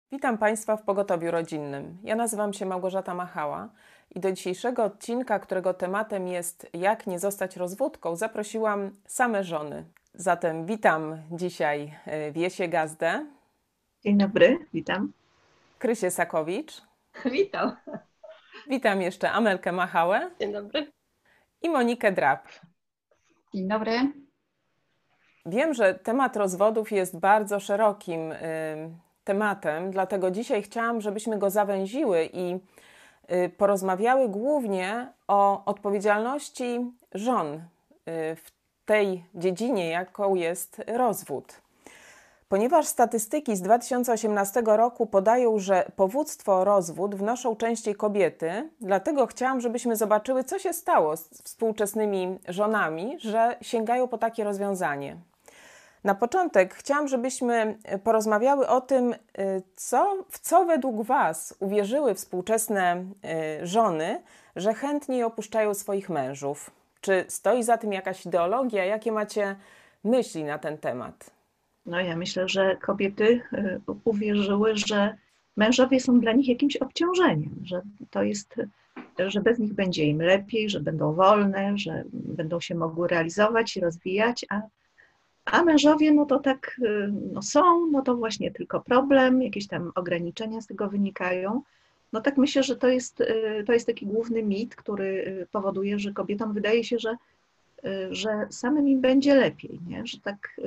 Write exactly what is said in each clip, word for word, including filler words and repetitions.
Witam Państwa w Pogotowiu Rodzinnym. Ja nazywam się Małgorzata Machała i do dzisiejszego odcinka, którego tematem jest jak nie zostać rozwódką, zaprosiłam same żony. Zatem witam dzisiaj Wiesię Gazdę. Dzień dobry, witam. Krysię Sakowicz. Witam. Witam jeszcze Amelkę Machałę. Dzień dobry. I Monikę Drab. Dzień dobry. Wiem, że temat rozwodów jest bardzo szerokim y, tematem, dlatego dzisiaj chciałam, żebyśmy go zawęziły i y, porozmawiały głównie o odpowiedzialności żon y, w tej dziedzinie, jaką jest rozwód. Ponieważ statystyki z dwa tysiące osiemnastego roku podają, że powództwo o rozwód wnoszą częściej kobiety, dlatego chciałam, żebyśmy zobaczyły, co się stało z współczesnymi żonami, że sięgają po takie rozwiązanie. Na początek chciałam, żebyśmy porozmawiały o tym, co, w co według Was uwierzyły współczesne żony, że chętniej opuszczają swoich mężów. Czy stoi za tym jakaś ideologia? Jakie macie myśli na ten temat? No ja myślę, że kobiety uwierzyły, że mężowie są dla nich jakimś obciążeniem, że to jest, że bez nich będzie im lepiej, że będą wolne, że będą się mogły realizować i rozwijać, a, a mężowie no to tak no są, no to właśnie tylko problem, jakieś tam ograniczenia z tego wynikają. No tak myślę, że to jest, to jest taki główny mit, który powoduje, że kobietom wydaje się, że, że samym im będzie lepiej, nie? Że tak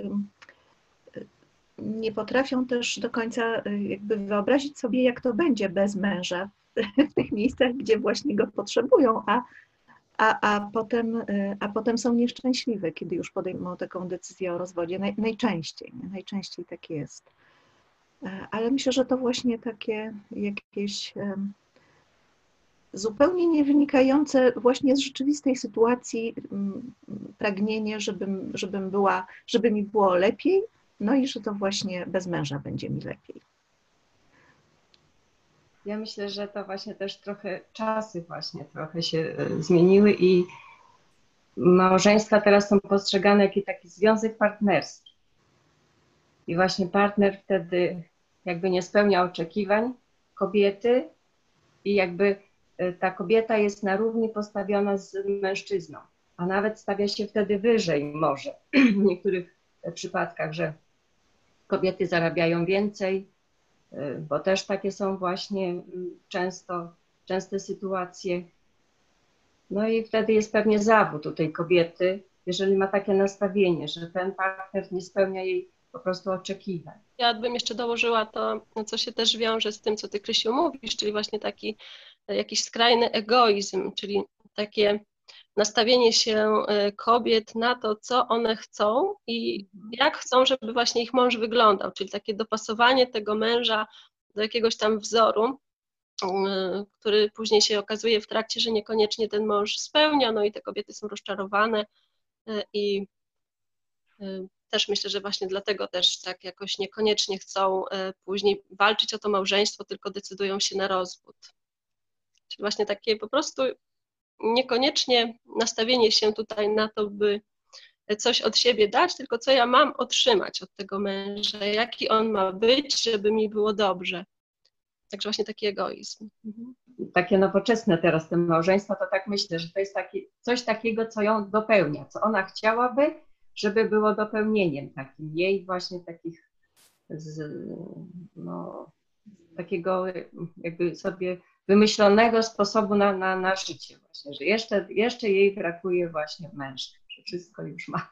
nie potrafią też do końca jakby wyobrazić sobie, jak to będzie bez męża w tych miejscach, gdzie właśnie go potrzebują, a, a, a, potem, a potem są nieszczęśliwe, kiedy już podejmą taką decyzję o rozwodzie. Naj, najczęściej, nie? Najczęściej tak jest. Ale myślę, że to właśnie takie jakieś um, zupełnie nie wynikające właśnie z rzeczywistej sytuacji um, pragnienie, żebym, żebym była, żeby mi było lepiej, no i że to właśnie bez męża będzie mi lepiej. Ja myślę, że to właśnie też trochę czasy właśnie trochę się zmieniły i małżeństwa teraz są postrzegane jako taki związek partnerski. I właśnie partner wtedy jakby nie spełnia oczekiwań kobiety i jakby ta kobieta jest na równi postawiona z mężczyzną, a nawet stawia się wtedy wyżej może w niektórych przypadkach, że kobiety zarabiają więcej, bo też takie są właśnie często, częste sytuacje. No i wtedy jest pewnie zawód u tej kobiety, jeżeli ma takie nastawienie, że ten partner nie spełnia jej po prostu oczekiwań. Ja bym jeszcze dołożyła to, co się też wiąże z tym, co ty, Krysiu, mówisz, czyli właśnie taki jakiś skrajny egoizm, czyli takie nastawienie się kobiet na to, co one chcą i jak chcą, żeby właśnie ich mąż wyglądał, czyli takie dopasowanie tego męża do jakiegoś tam wzoru, który później się okazuje w trakcie, że niekoniecznie ten mąż spełnia, no i te kobiety są rozczarowane i też myślę, że właśnie dlatego też tak jakoś niekoniecznie chcą później walczyć o to małżeństwo, tylko decydują się na rozwód. Czyli właśnie takie po prostu niekoniecznie nastawienie się tutaj na to, by coś od siebie dać, tylko co ja mam otrzymać od tego męża, jaki on ma być, żeby mi było dobrze. Także właśnie taki egoizm. Mhm. Takie nowoczesne teraz te małżeństwa, to tak myślę, że to jest taki, coś takiego, co ją dopełnia, co ona chciałaby, żeby było dopełnieniem takim jej właśnie takich z, no, takiego jakby sobie wymyślonego sposobu na, na, na życie właśnie, że jeszcze, jeszcze jej brakuje właśnie męża, że wszystko już ma.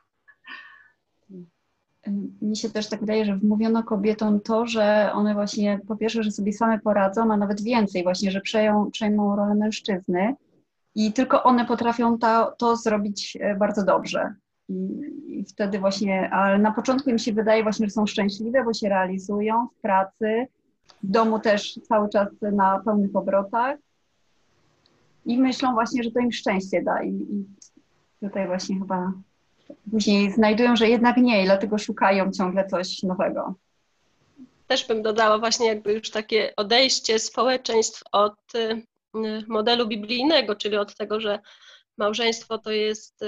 Mi się też tak wydaje, że wmówiono kobietom to, że one właśnie po pierwsze, że sobie same poradzą, a nawet więcej właśnie, że przeją, przejmą rolę mężczyzny i tylko one potrafią to, to zrobić bardzo dobrze. I, I wtedy właśnie, ale na początku im się wydaje właśnie, że są szczęśliwe, bo się realizują w pracy, w domu też cały czas na pełnych obrotach i myślą właśnie, że to im szczęście da i, i tutaj właśnie chyba później znajdują, że jednak nie i dlatego szukają ciągle coś nowego. Też bym dodała właśnie jakby już takie odejście społeczeństw od modelu biblijnego, czyli od tego, że małżeństwo to jest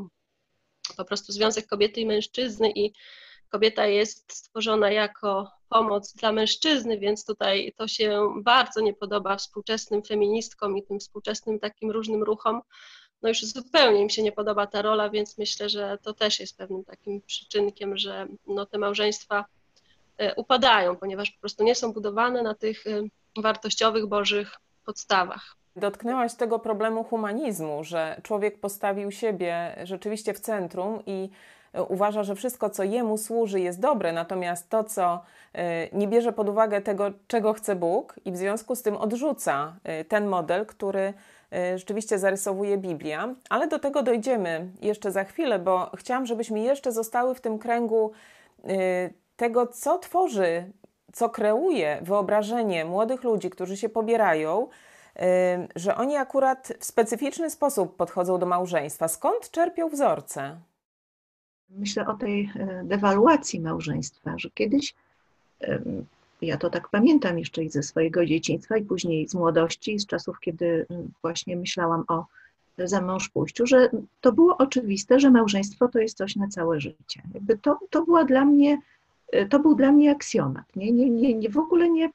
po prostu związek kobiety i mężczyzny i kobieta jest stworzona jako pomoc dla mężczyzny, więc tutaj to się bardzo nie podoba współczesnym feministkom i tym współczesnym takim różnym ruchom. No już zupełnie im się nie podoba ta rola, więc myślę, że to też jest pewnym takim przyczynkiem, że no te małżeństwa upadają, ponieważ po prostu nie są budowane na tych wartościowych, bożych podstawach. Dotknęłaś tego problemu humanizmu, że człowiek postawił siebie rzeczywiście w centrum i uważa, że wszystko, co jemu służy, jest dobre, natomiast to, co nie bierze pod uwagę tego, czego chce Bóg, i w związku z tym odrzuca ten model, który rzeczywiście zarysowuje Biblia. Ale do tego dojdziemy jeszcze za chwilę, bo chciałam, żebyśmy jeszcze zostały w tym kręgu tego, co tworzy, co kreuje wyobrażenie młodych ludzi, którzy się pobierają, że oni akurat w specyficzny sposób podchodzą do małżeństwa. Skąd czerpią wzorce? Myślę o tej dewaluacji małżeństwa, że kiedyś, ja to tak pamiętam jeszcze i ze swojego dzieciństwa i później z młodości, i z czasów, kiedy właśnie myślałam o zamążpójściu, że to było oczywiste, że małżeństwo to jest coś na całe życie. Jakby to, to była dla mnie, to był dla mnie aksjomat. Nie, nie, nie, nie w ogóle nie...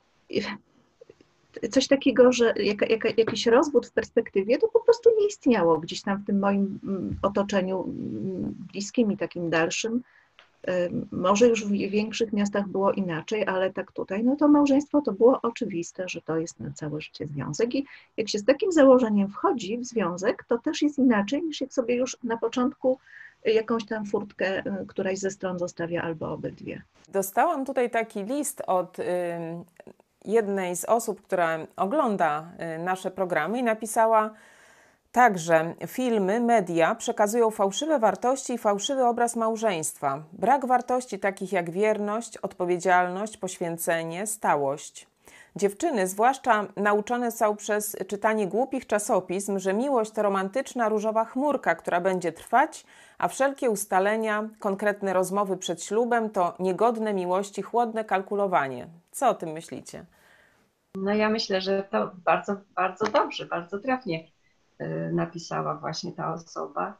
Coś takiego, że jaka, jaka, jakiś rozwód w perspektywie, to po prostu nie istniało gdzieś tam w tym moim otoczeniu bliskim i takim dalszym. Może już w większych miastach było inaczej, ale tak tutaj, no to małżeństwo to było oczywiste, że to jest na całe życie związek. I jak się z takim założeniem wchodzi w związek, to też jest inaczej, niż jak sobie już na początku jakąś tam furtkę któraś ze stron zostawia albo obydwie. Dostałam tutaj taki list od y, jednej z osób, która ogląda y, nasze programy, i napisała: także filmy, media przekazują fałszywe wartości i fałszywy obraz małżeństwa. Brak wartości takich jak wierność, odpowiedzialność, poświęcenie, stałość. Dziewczyny, zwłaszcza nauczone są przez czytanie głupich czasopism, że miłość to romantyczna różowa chmurka, która będzie trwać, a wszelkie ustalenia, konkretne rozmowy przed ślubem to niegodne miłości, chłodne kalkulowanie. Co o tym myślicie? No ja myślę, że to bardzo, bardzo dobrze, bardzo trafnie napisała właśnie ta osoba,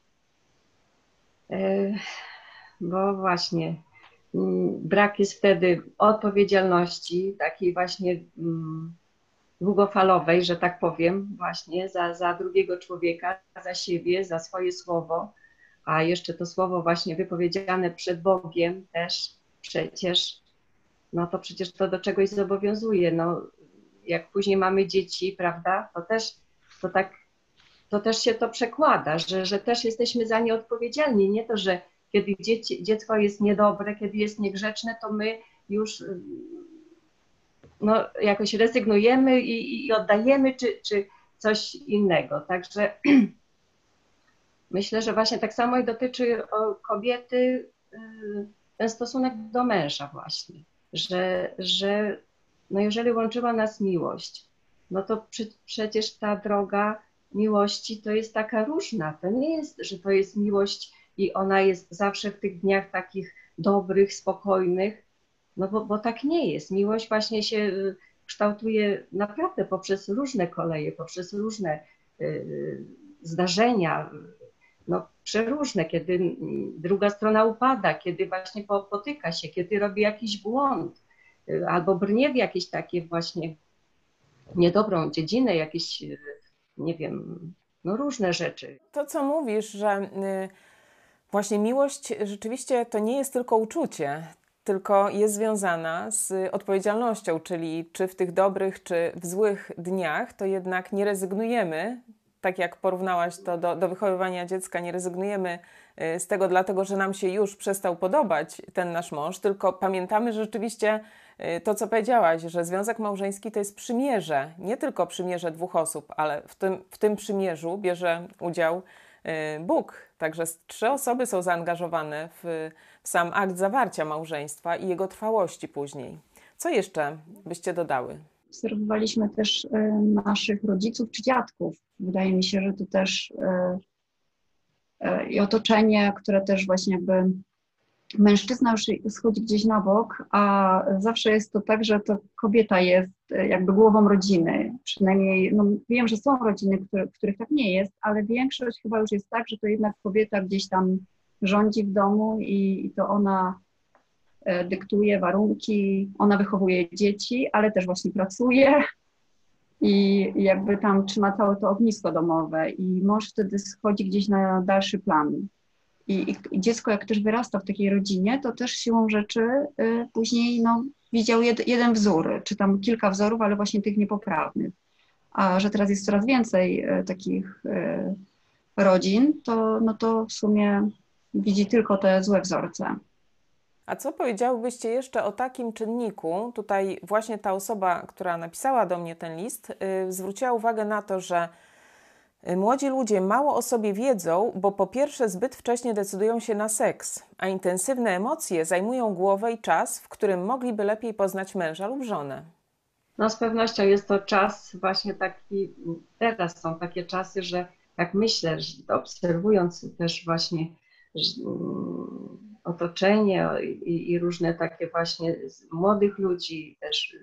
bo właśnie brak jest wtedy odpowiedzialności takiej właśnie długofalowej, że tak powiem, właśnie za, za drugiego człowieka, za siebie, za swoje słowo, a jeszcze to słowo właśnie wypowiedziane przed Bogiem też przecież, no to przecież to do czegoś zobowiązuje. No, jak później mamy dzieci, prawda, to też to tak to też się to przekłada, że, że też jesteśmy za nie odpowiedzialni. Nie to, że kiedy dzieci, dziecko jest niedobre, kiedy jest niegrzeczne, to my już no, jakoś rezygnujemy i, i oddajemy, czy, czy coś innego. Także myślę, że właśnie tak samo i dotyczy kobiety ten stosunek do męża właśnie, że, że no jeżeli łączyła nas miłość, no to przy, przecież ta droga miłości to jest taka różna. To nie jest, że to jest miłość i ona jest zawsze w tych dniach takich dobrych, spokojnych, no bo, bo tak nie jest. Miłość właśnie się kształtuje naprawdę poprzez różne koleje, poprzez różne y, zdarzenia, no przeróżne, kiedy druga strona upada, kiedy właśnie potyka się, kiedy robi jakiś błąd y, albo brnie w jakieś takie właśnie niedobrą dziedzinę, jakieś nie wiem, no różne rzeczy. To, co mówisz, że właśnie miłość rzeczywiście to nie jest tylko uczucie, tylko jest związana z odpowiedzialnością, czyli czy w tych dobrych, czy w złych dniach, to jednak nie rezygnujemy, tak jak porównałaś to do, do wychowywania dziecka, nie rezygnujemy z tego dlatego, że nam się już przestał podobać ten nasz mąż, tylko pamiętamy rzeczywiście to, co powiedziałaś, że związek małżeński to jest przymierze, nie tylko przymierze dwóch osób, ale w tym, w tym przymierzu bierze udział Bóg. Także trzy osoby są zaangażowane w, w sam akt zawarcia małżeństwa i jego trwałości później. Co jeszcze byście dodały? Obserwowaliśmy też naszych rodziców czy dziadków. Wydaje mi się, że to też i otoczenie, które też właśnie jakby mężczyzna już schodzi gdzieś na bok, a zawsze jest to tak, że to kobieta jest jakby głową rodziny. Przynajmniej, no wiem, że są rodziny, które, w których tak nie jest, ale większość chyba już jest tak, że to jednak kobieta gdzieś tam rządzi w domu i, i to ona dyktuje warunki, ona wychowuje dzieci, ale też właśnie pracuje i jakby tam trzyma całe to ognisko domowe i mąż wtedy schodzi gdzieś na dalszy plan. I, i, i dziecko jak też wyrasta w takiej rodzinie, to też siłą rzeczy y, później no, widział jed, jeden wzór, czy tam kilka wzorów, ale właśnie tych niepoprawnych. A że teraz jest coraz więcej y, takich y, rodzin, to, no to w sumie widzi tylko te złe wzorce. A co powiedziałybyście jeszcze o takim czynniku? Tutaj właśnie ta osoba, która napisała do mnie ten list, yy, zwróciła uwagę na to, że młodzi ludzie mało o sobie wiedzą, bo po pierwsze zbyt wcześnie decydują się na seks, a intensywne emocje zajmują głowę i czas, w którym mogliby lepiej poznać męża lub żonę. No z pewnością jest to czas właśnie taki, teraz są takie czasy, że jak myślę, że obserwując też właśnie otoczenie i, i różne takie właśnie młodych ludzi też,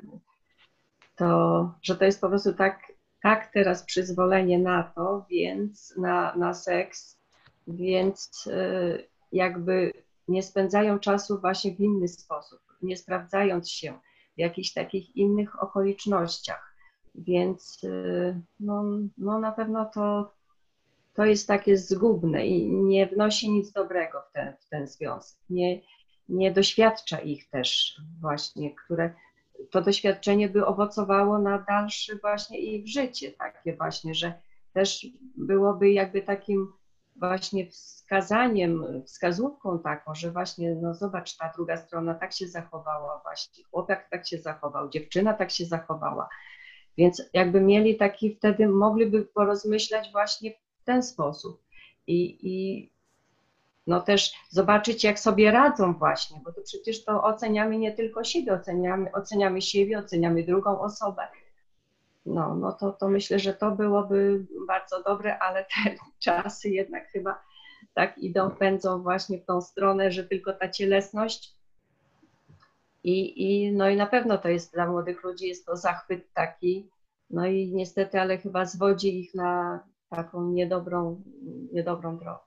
to że to jest po prostu tak, tak teraz przyzwolenie na to, więc na, na seks, więc jakby nie spędzają czasu właśnie w inny sposób, nie sprawdzając się w jakichś takich innych okolicznościach, więc no, no na pewno to, to jest takie zgubne i nie wnosi nic dobrego w ten, w ten związek, nie, nie doświadcza ich też właśnie, które to doświadczenie by owocowało na dalsze właśnie ich życie, takie właśnie, że też byłoby jakby takim właśnie wskazaniem, wskazówką taką, że właśnie no zobacz, ta druga strona tak się zachowała właśnie, chłopak tak się zachował, dziewczyna tak się zachowała, więc jakby mieli taki wtedy, mogliby porozmyślać właśnie w ten sposób i, i no też zobaczyć, jak sobie radzą właśnie, bo to przecież to oceniamy nie tylko siebie, oceniamy, oceniamy siebie, oceniamy drugą osobę. No, no to, to myślę, że to byłoby bardzo dobre, ale te czasy jednak chyba tak idą, pędzą właśnie w tą stronę, że tylko ta cielesność i, i no i na pewno to jest dla młodych ludzi, jest to zachwyt taki, no i niestety, ale chyba zwodzi ich na taką niedobrą, niedobrą drogę.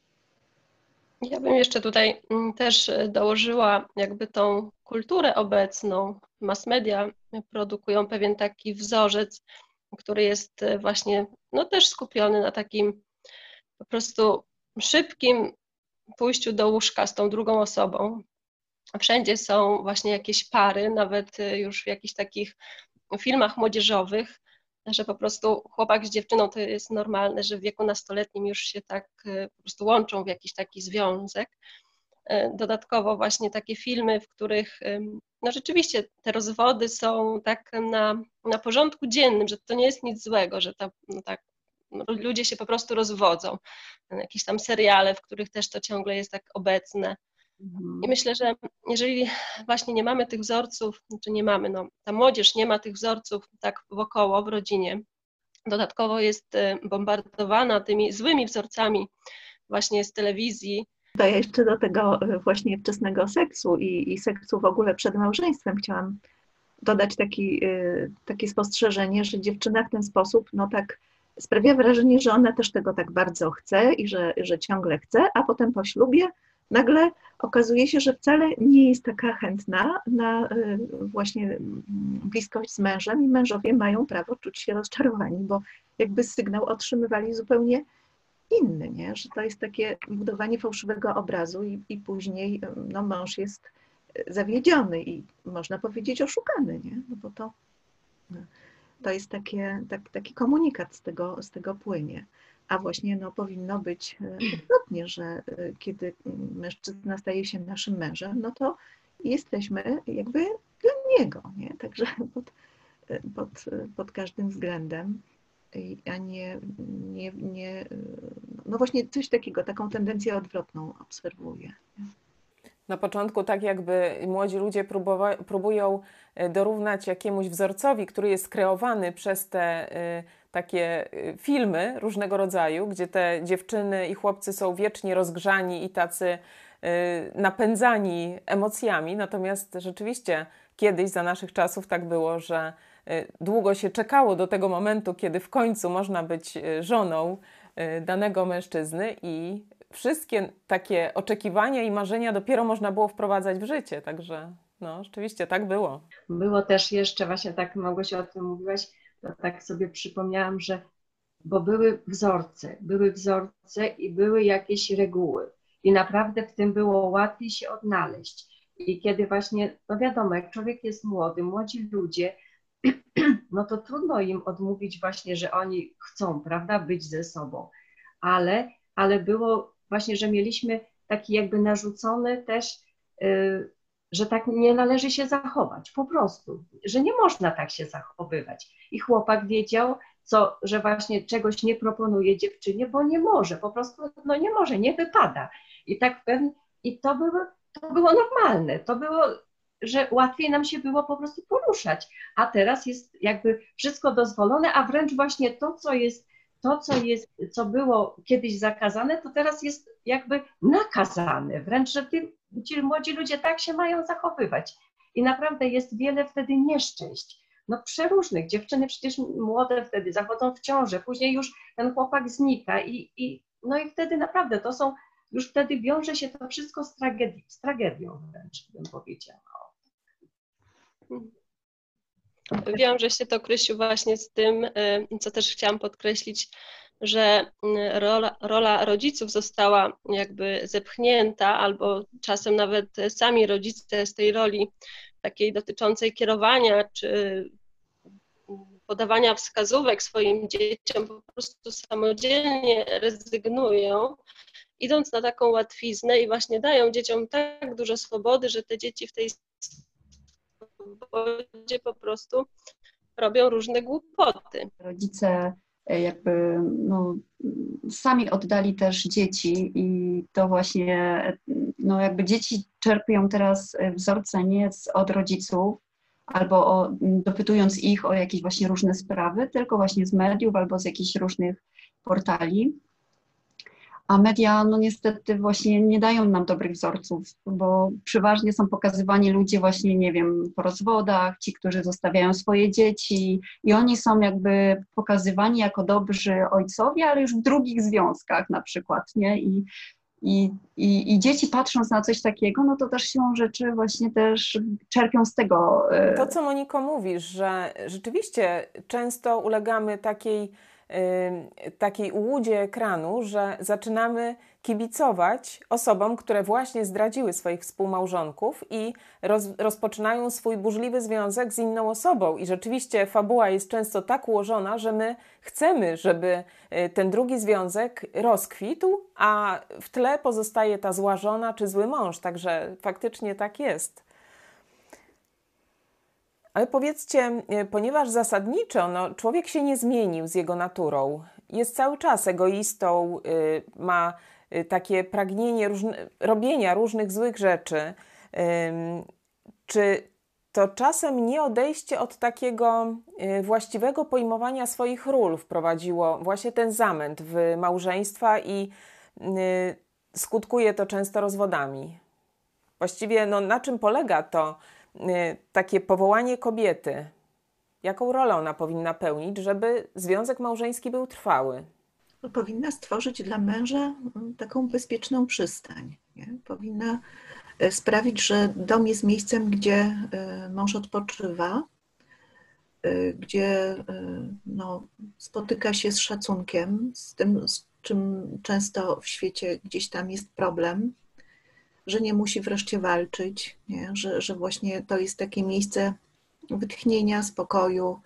Ja bym jeszcze tutaj też dołożyła jakby tą kulturę obecną. Mass media produkują pewien taki wzorzec, który jest właśnie no też skupiony na takim po prostu szybkim pójściu do łóżka z tą drugą osobą. Wszędzie są właśnie jakieś pary, nawet już w jakichś takich filmach młodzieżowych, że po prostu chłopak z dziewczyną to jest normalne, że w wieku nastoletnim już się tak po prostu łączą w jakiś taki związek. Dodatkowo właśnie takie filmy, w których no rzeczywiście te rozwody są tak na, na porządku dziennym, że to nie jest nic złego, że to, no tak, no ludzie się po prostu rozwodzą. Jakieś tam seriale, w których też to ciągle jest tak obecne. I myślę, że jeżeli właśnie nie mamy tych wzorców, czy nie mamy, no ta młodzież nie ma tych wzorców tak wokoło w rodzinie, dodatkowo jest bombardowana tymi złymi wzorcami właśnie z telewizji. To ja jeszcze do tego właśnie wczesnego seksu i, i seksu w ogóle przed małżeństwem chciałam dodać taki, takie spostrzeżenie, że dziewczyna w ten sposób no tak sprawia wrażenie, że ona też tego tak bardzo chce i że, że ciągle chce, a potem po ślubie nagle okazuje się, że wcale nie jest taka chętna na właśnie bliskość z mężem i mężowie mają prawo czuć się rozczarowani, bo jakby sygnał otrzymywali zupełnie inny, nie? Że to jest takie budowanie fałszywego obrazu i, i później no, mąż jest zawiedziony i można powiedzieć oszukany, nie? No bo to, to jest takie, tak, taki komunikat z tego, z tego płynie. A właśnie no, powinno być odwrotnie, że kiedy mężczyzna staje się naszym mężem, no to jesteśmy jakby dla niego, nie? Także pod, pod, pod każdym względem, a nie, nie, nie, no właśnie coś takiego, taką tendencję odwrotną obserwuję. Na początku tak jakby młodzi ludzie próbowa- próbują dorównać jakiemuś wzorcowi, który jest kreowany przez te y, takie filmy różnego rodzaju, gdzie te dziewczyny i chłopcy są wiecznie rozgrzani i tacy y, napędzani emocjami. Natomiast rzeczywiście kiedyś za naszych czasów tak było, że y, długo się czekało do tego momentu, kiedy w końcu można być żoną y, danego mężczyzny i wszystkie takie oczekiwania i marzenia dopiero można było wprowadzać w życie, także no rzeczywiście tak było. Było też jeszcze, właśnie tak Małgosiu o tym mówiłaś, to tak sobie przypomniałam, że bo były wzorce, były wzorce i były jakieś reguły i naprawdę w tym było łatwiej się odnaleźć. I kiedy właśnie, no wiadomo, jak człowiek jest młody, młodzi ludzie, no to trudno im odmówić właśnie, że oni chcą, prawda, być ze sobą, ale, ale było właśnie, że mieliśmy taki jakby narzucony też, yy, że tak nie należy się zachować, po prostu, że nie można tak się zachowywać. I chłopak wiedział, co, że właśnie czegoś nie proponuje dziewczynie, bo nie może, po prostu no nie może, nie wypada. I tak pewnie, i to było, to było normalne, to było, że łatwiej nam się było po prostu poruszać, a teraz jest jakby wszystko dozwolone, a wręcz właśnie to, co jest, to, co jest, co było kiedyś zakazane, to teraz jest jakby nakazane, wręcz, że ty, ci młodzi ludzie tak się mają zachowywać. I naprawdę jest wiele wtedy nieszczęść. No przeróżnych. Dziewczyny przecież młode wtedy zachodzą w ciążę, później już ten chłopak znika i, i no i wtedy naprawdę to są, już wtedy wiąże się to wszystko z, tragedii, z tragedią wręcz, bym powiedziała. Wiąże się to, Krysiu, właśnie z tym, co też chciałam podkreślić, że rola, rola rodziców została jakby zepchnięta, albo czasem nawet sami rodzice z tej roli takiej dotyczącej kierowania czy podawania wskazówek swoim dzieciom po prostu samodzielnie rezygnują, idąc na taką łatwiznę i właśnie dają dzieciom tak dużo swobody, że te dzieci w tej swobodzie po prostu robią różne głupoty. Rodzice jakby no, sami oddali też dzieci i to właśnie no, jakby dzieci czerpią teraz wzorce nie od rodziców, albo o, dopytując ich o jakieś właśnie różne sprawy, tylko właśnie z mediów albo z jakichś różnych portali. A media no niestety właśnie nie dają nam dobrych wzorców, bo przeważnie są pokazywani ludzie właśnie, nie wiem, po rozwodach, ci, którzy zostawiają swoje dzieci i oni są jakby pokazywani jako dobrzy ojcowie, ale już w drugich związkach na przykład, nie? I I, i, I dzieci patrząc na coś takiego, no to też siłą rzeczy właśnie też czerpią z tego. To, co Moniko mówisz, że rzeczywiście często ulegamy takiej, yy, takiej ułudzie ekranu, że zaczynamy kibicować osobom, które właśnie zdradziły swoich współmałżonków i roz, rozpoczynają swój burzliwy związek z inną osobą. I rzeczywiście fabuła jest często tak ułożona, że my chcemy, żeby ten drugi związek rozkwitł, a w tle pozostaje ta zła żona czy zły mąż. Także faktycznie tak jest. Ale powiedzcie, ponieważ zasadniczo no, człowiek się nie zmienił z jego naturą, jest cały czas egoistą, ma takie pragnienie różne, robienia różnych złych rzeczy, czy to czasem nie odejście od takiego właściwego pojmowania swoich ról wprowadziło właśnie ten zamęt w małżeństwa i skutkuje to często rozwodami? Właściwie no, na czym polega to takie powołanie kobiety? Jaką rolę ona powinna pełnić, żeby związek małżeński był trwały? No, powinna stworzyć dla męża taką bezpieczną przystań. Nie? Powinna sprawić, że dom jest miejscem, gdzie mąż odpoczywa, gdzie no, spotyka się z szacunkiem, z tym, z czym często w świecie gdzieś tam jest problem, że nie musi wreszcie walczyć, nie? Że, że właśnie to jest takie miejsce wytchnienia, spokoju,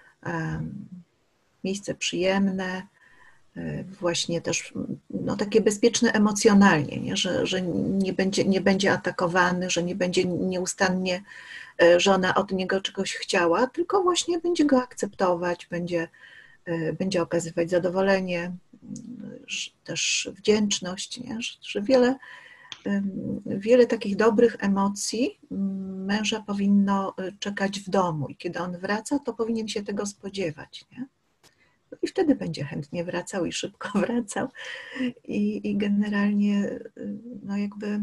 miejsce przyjemne, właśnie też no, takie bezpieczne emocjonalnie, nie? Że, że nie będzie, nie będzie atakowany, że nie będzie nieustannie żona od niego czegoś chciała, tylko właśnie będzie go akceptować, będzie, będzie okazywać zadowolenie, też wdzięczność, nie? Że, że wiele, wiele takich dobrych emocji męża powinno czekać w domu i kiedy on wraca, to powinien się tego spodziewać, nie? I wtedy będzie chętnie wracał i szybko wracał i, i generalnie no jakby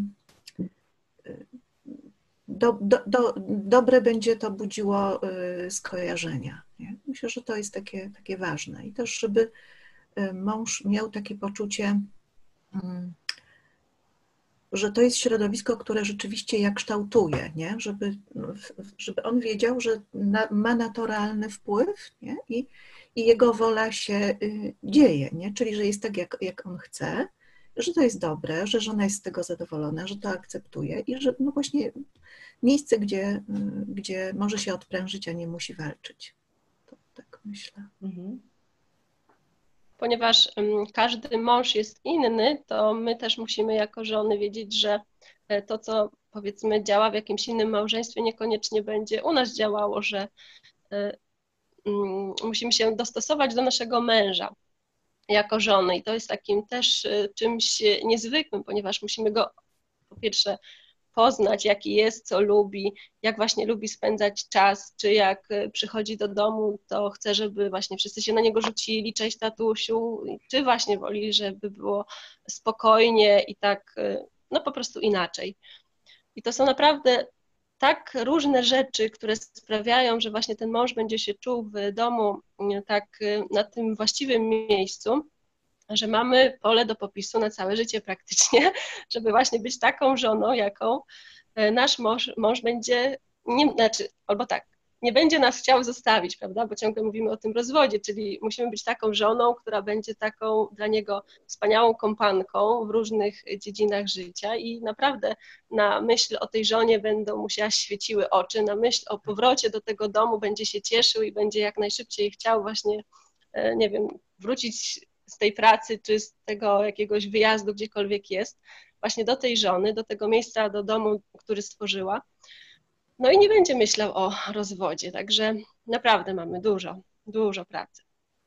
do, do, do, dobre będzie to budziło skojarzenia. Nie? Myślę, że to jest takie, takie ważne i też, żeby mąż miał takie poczucie że to jest środowisko, które rzeczywiście je kształtuje, nie? Żeby, żeby on wiedział, że na, ma naturalny wpływ, nie? I, i jego wola się y, dzieje, nie? Czyli że jest tak, jak, jak on chce, że to jest dobre, że żona jest z tego zadowolona, że to akceptuje i że no właśnie miejsce, gdzie, y, gdzie może się odprężyć, a nie musi walczyć. To tak myślę. Mhm. Ponieważ każdy mąż jest inny, to my też musimy jako żony wiedzieć, że to, co powiedzmy działa w jakimś innym małżeństwie, niekoniecznie będzie u nas działało, że musimy się dostosować do naszego męża jako żony i to jest takim też czymś niezwykłym, ponieważ musimy go po pierwsze poznać, jaki jest, co lubi, jak właśnie lubi spędzać czas, czy jak przychodzi do domu, to chce, żeby właśnie wszyscy się na niego rzucili, cześć tatusiu, czy właśnie woli, żeby było spokojnie i tak, no po prostu inaczej. I to są naprawdę tak różne rzeczy, które sprawiają, że właśnie ten mąż będzie się czuł w domu tak na tym właściwym miejscu, że mamy pole do popisu na całe życie praktycznie, żeby właśnie być taką żoną, jaką nasz mąż, mąż będzie, nie, znaczy, albo tak, nie będzie nas chciał zostawić, prawda, bo ciągle mówimy o tym rozwodzie, czyli musimy być taką żoną, która będzie taką dla niego wspaniałą kompanką w różnych dziedzinach życia i naprawdę na myśl o tej żonie będą mu się aż świeciły oczy, na myśl o powrocie do tego domu będzie się cieszył i będzie jak najszybciej chciał właśnie, nie wiem, wrócić z tej pracy, czy z tego jakiegoś wyjazdu, gdziekolwiek jest, właśnie do tej żony, do tego miejsca, do domu, który stworzyła. No i nie będzie myślał o rozwodzie, także naprawdę mamy dużo, dużo pracy.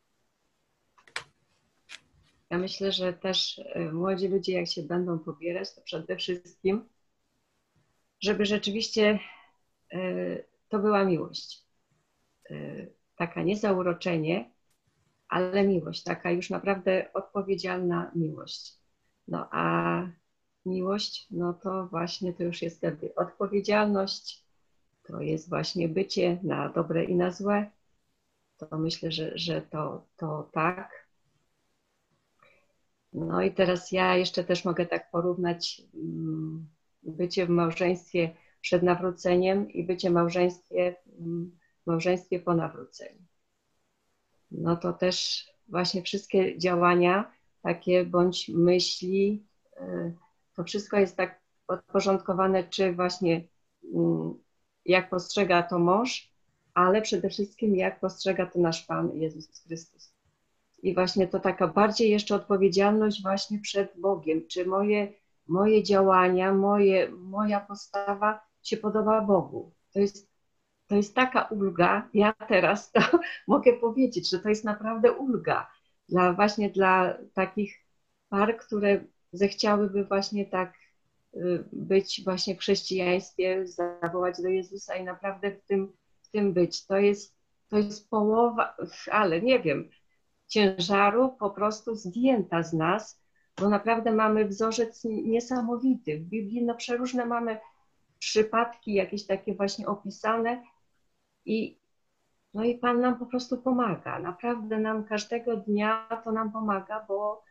Ja myślę, że też młodzi ludzie, jak się będą pobierać, to przede wszystkim, żeby rzeczywiście to była miłość. Taka nie zauroczenie, ale miłość, taka już naprawdę odpowiedzialna miłość. No a miłość, no to właśnie to już jest wtedy odpowiedzialność, to jest właśnie bycie na dobre i na złe. To myślę, że, że to, to tak. No i teraz ja jeszcze też mogę tak porównać bycie w małżeństwie przed nawróceniem i bycie w małżeństwie, w małżeństwie po nawróceniu. No to też właśnie wszystkie działania takie bądź myśli, to wszystko jest tak podporządkowane, czy właśnie jak postrzega to mąż, ale przede wszystkim jak postrzega to nasz Pan Jezus Chrystus. I właśnie to taka bardziej jeszcze odpowiedzialność właśnie przed Bogiem, czy moje, moje działania, moje, moja postawa się podoba Bogu. To jest To jest taka ulga, ja teraz to mogę powiedzieć, że to jest naprawdę ulga dla właśnie dla takich par, które zechciałyby właśnie tak być właśnie w chrześcijaństwie, zawołać do Jezusa i naprawdę w tym, w tym być. To jest, to jest połowa, ale nie wiem, ciężaru po prostu zdjęta z nas, bo naprawdę mamy wzorzec niesamowity. W Biblii no przeróżne mamy przypadki jakieś takie właśnie opisane, I, no i Pan nam po prostu pomaga. Naprawdę nam każdego dnia to nam pomaga, bo,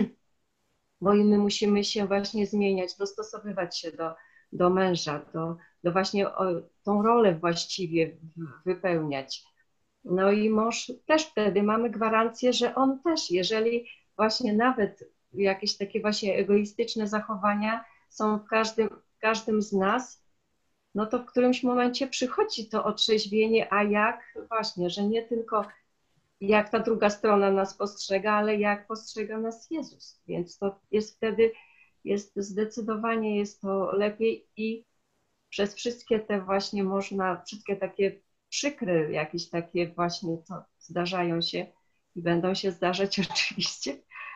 bo i my musimy się właśnie zmieniać, dostosowywać się do, do męża, do, do właśnie o, tą rolę właściwie wypełniać. No i mąż też wtedy mamy gwarancję, że on też, jeżeli właśnie nawet jakieś takie właśnie egoistyczne zachowania są w każdym, w każdym z nas, no to w którymś momencie przychodzi to otrzeźwienie, a jak właśnie, że nie tylko jak ta druga strona nas postrzega, ale jak postrzega nas Jezus. Więc to jest wtedy, jest zdecydowanie jest to lepiej i przez wszystkie te właśnie można, wszystkie takie przykre jakieś takie właśnie, co zdarzają się i będą się zdarzać oczywiście,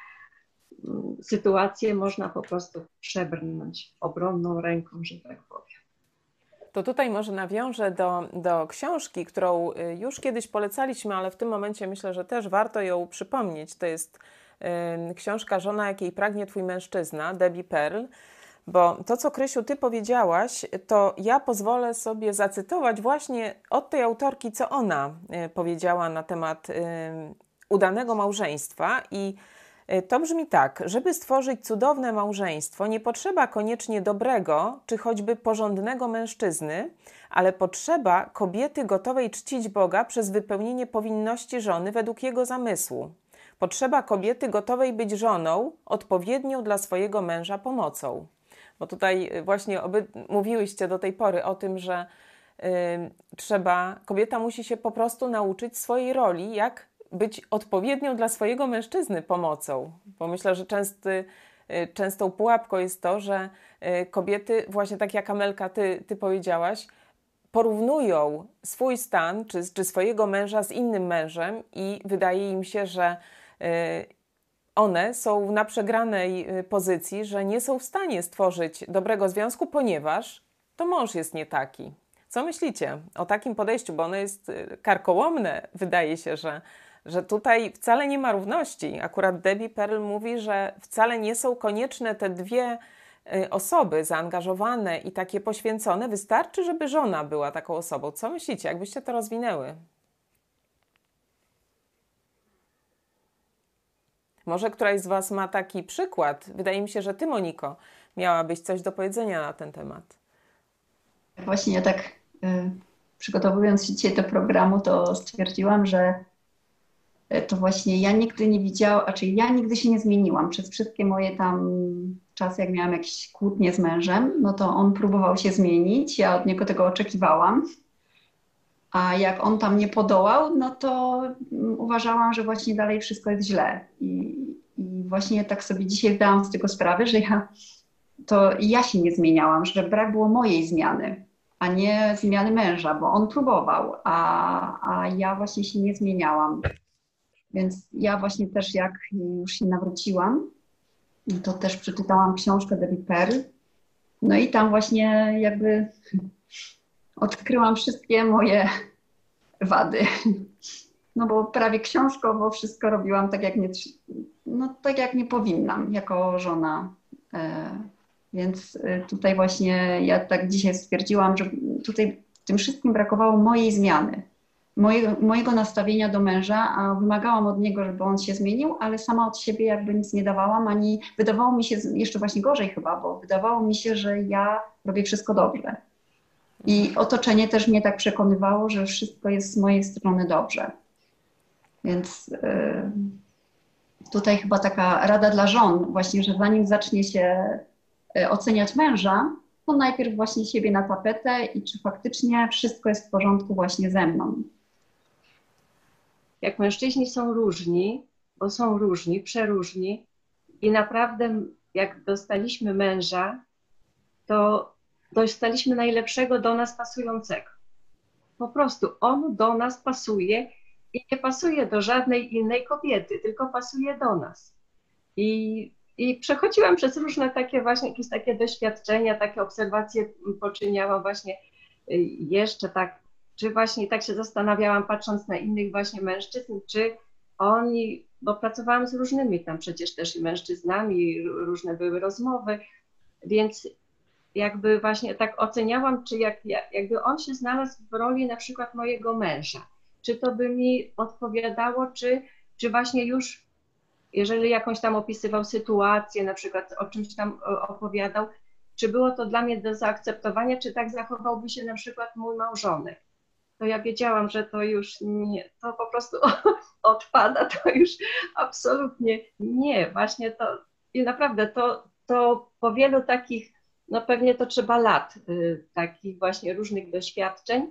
sytuacje można po prostu przebrnąć obronną ręką, że tak powiem. To tutaj może nawiążę do, do książki, którą już kiedyś polecaliśmy, ale w tym momencie myślę, że też warto ją przypomnieć. To jest y, książka Żona, jakiej pragnie twój mężczyzna, Debbie Pearl. Bo to, co Krysiu, ty powiedziałaś, to ja pozwolę sobie zacytować właśnie od tej autorki, co ona y, powiedziała na temat y, udanego małżeństwa. I To brzmi tak: żeby stworzyć cudowne małżeństwo, nie potrzeba koniecznie dobrego czy choćby porządnego mężczyzny, ale potrzeba kobiety gotowej czcić Boga przez wypełnienie powinności żony według Jego zamysłu. Potrzeba kobiety gotowej być żoną, odpowiednią dla swojego męża pomocą. Bo tutaj właśnie oby mówiłyście do tej pory o tym, że yy, trzeba, kobieta musi się po prostu nauczyć swojej roli, jak być odpowiednią dla swojego mężczyzny pomocą. Bo myślę, że częsty, yy, częstą pułapką jest to, że yy, kobiety, właśnie tak jak Amelka, ty, ty powiedziałaś, porównują swój stan czy, czy swojego męża z innym mężem i wydaje im się, że yy, one są na przegranej pozycji, że nie są w stanie stworzyć dobrego związku, ponieważ to mąż jest nie taki. Co myślicie o takim podejściu? Bo ono jest karkołomne. Wydaje się, że, że tutaj wcale nie ma równości. Akurat Debbie Pearl mówi, że wcale nie są konieczne te dwie osoby zaangażowane i takie poświęcone. Wystarczy, żeby żona była taką osobą. Co myślicie? Jakbyście to rozwinęły? Może któraś z Was ma taki przykład? Wydaje mi się, że Ty, Moniko, miałabyś coś do powiedzenia na ten temat. Właśnie ja tak y, przygotowując się dzisiaj do programu, to stwierdziłam, że to właśnie ja nigdy nie widziałam, czyli ja nigdy się nie zmieniłam. Przez wszystkie moje tam czasy, jak miałam jakieś kłótnie z mężem, no to on próbował się zmienić, ja od niego tego oczekiwałam. A jak on tam nie podołał, no to uważałam, że właśnie dalej wszystko jest źle. I, i właśnie tak sobie dzisiaj zdałam z tego sprawę, że ja, to ja się nie zmieniałam, że brak było mojej zmiany, a nie zmiany męża, bo on próbował, a, a ja właśnie się nie zmieniałam. Więc ja właśnie też jak już się nawróciłam, to też przeczytałam książkę Debbie Pearl. No i tam właśnie jakby odkryłam wszystkie moje wady. No bo prawie książkowo wszystko robiłam tak jak nie, no, tak jak nie powinnam jako żona. E, więc tutaj właśnie ja tak dzisiaj stwierdziłam, że tutaj w tym wszystkim brakowało mojej zmiany. Mojego, mojego nastawienia do męża, a wymagałam od niego, żeby on się zmienił, ale sama od siebie jakby nic nie dawałam, ani wydawało mi się, jeszcze właśnie gorzej chyba, bo wydawało mi się, że ja robię wszystko dobrze. I otoczenie też mnie tak przekonywało, że wszystko jest z mojej strony dobrze. Więc yy, tutaj chyba taka rada dla żon właśnie, że zanim zacznie się yy, oceniać męża, to najpierw właśnie siebie na tapetę i czy faktycznie wszystko jest w porządku właśnie ze mną. Jak mężczyźni są różni, bo są różni, przeróżni i naprawdę jak dostaliśmy męża, to dostaliśmy najlepszego do nas pasującego. Po prostu on do nas pasuje i nie pasuje do żadnej innej kobiety, tylko pasuje do nas. I, i przechodziłam przez różne takie właśnie jakieś takie doświadczenia, takie obserwacje poczyniałam właśnie jeszcze tak, czy właśnie tak się zastanawiałam, patrząc na innych właśnie mężczyzn, czy oni, bo pracowałam z różnymi tam przecież też i mężczyznami, różne były rozmowy, więc jakby właśnie tak oceniałam, czy jak, jakby on się znalazł w roli na przykład mojego męża, czy to by mi odpowiadało, czy, czy właśnie już, jeżeli jakąś tam opisywał sytuację, na przykład o czymś tam opowiadał, czy było to dla mnie do zaakceptowania, czy tak zachowałby się na przykład mój małżonek. To ja wiedziałam, że to już nie, to po prostu odpada, to już absolutnie nie. Właśnie to i naprawdę to, to po wielu takich, no pewnie to trzeba lat, y, takich właśnie różnych doświadczeń,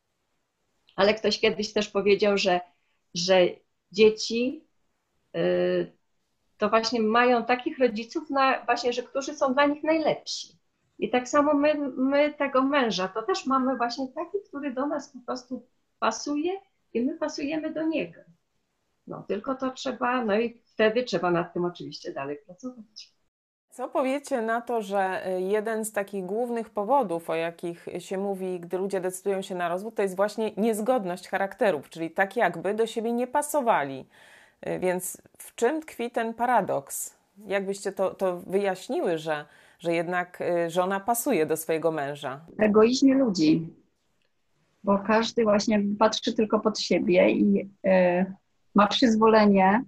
ale ktoś kiedyś też powiedział, że, że dzieci y, to właśnie mają takich rodziców, na, właśnie, że którzy są dla nich najlepsi. I tak samo my, my tego męża, to też mamy właśnie taki, który do nas po prostu pasuje i my pasujemy do niego. No tylko to trzeba, no i wtedy trzeba nad tym oczywiście dalej pracować. Co powiecie na to, że jeden z takich głównych powodów, o jakich się mówi, gdy ludzie decydują się na rozwód, to jest właśnie niezgodność charakterów, czyli tak jakby do siebie nie pasowali. Więc w czym tkwi ten paradoks? Jakbyście to, to wyjaśniły, że, że jednak żona pasuje do swojego męża? W egoizmie ludzi, bo każdy właśnie patrzy tylko pod siebie i y, ma przyzwolenie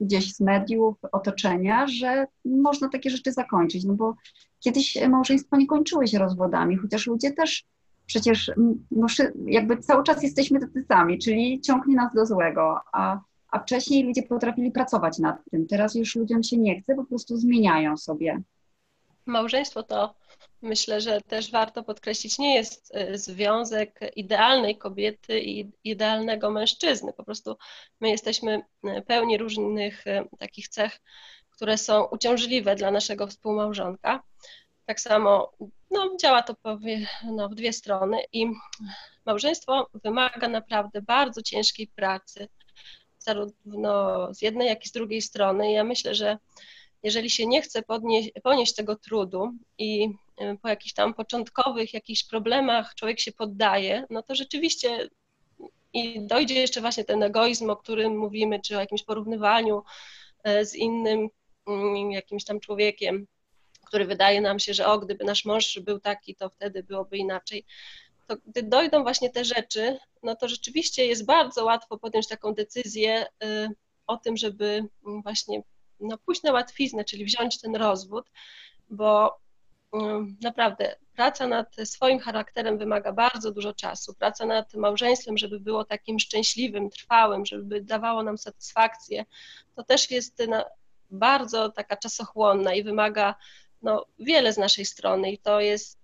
gdzieś z mediów, otoczenia, że można takie rzeczy zakończyć, no bo kiedyś małżeństwa nie kończyły się rozwodami, chociaż ludzie też przecież no, jakby cały czas jesteśmy tacy sami, czyli ciągnie nas do złego, a, a wcześniej ludzie potrafili pracować nad tym. Teraz już ludziom się nie chce, po prostu zmieniają sobie. Małżeństwo to, myślę, że też warto podkreślić, nie jest związek idealnej kobiety i idealnego mężczyzny. Po prostu my jesteśmy pełni różnych takich cech, które są uciążliwe dla naszego współmałżonka. Tak samo no, działa to powie, no, w dwie strony i małżeństwo wymaga naprawdę bardzo ciężkiej pracy, zarówno z jednej, jak i z drugiej strony. Ja myślę, że jeżeli się nie chce podnieść, ponieść tego trudu i po jakichś tam początkowych jakichś problemach człowiek się poddaje, no to rzeczywiście i dojdzie jeszcze właśnie ten egoizm, o którym mówimy, czy o jakimś porównywaniu z innym jakimś tam człowiekiem, który wydaje nam się, że o, gdyby nasz mąż był taki, to wtedy byłoby inaczej. To gdy dojdą właśnie te rzeczy, no to rzeczywiście jest bardzo łatwo podjąć taką decyzję o tym, żeby właśnie no, pójść na łatwiznę, czyli wziąć ten rozwód, bo naprawdę praca nad swoim charakterem wymaga bardzo dużo czasu. Praca nad małżeństwem, żeby było takim szczęśliwym, trwałym, żeby dawało nam satysfakcję, to też jest bardzo taka czasochłonna i wymaga no, wiele z naszej strony i to jest,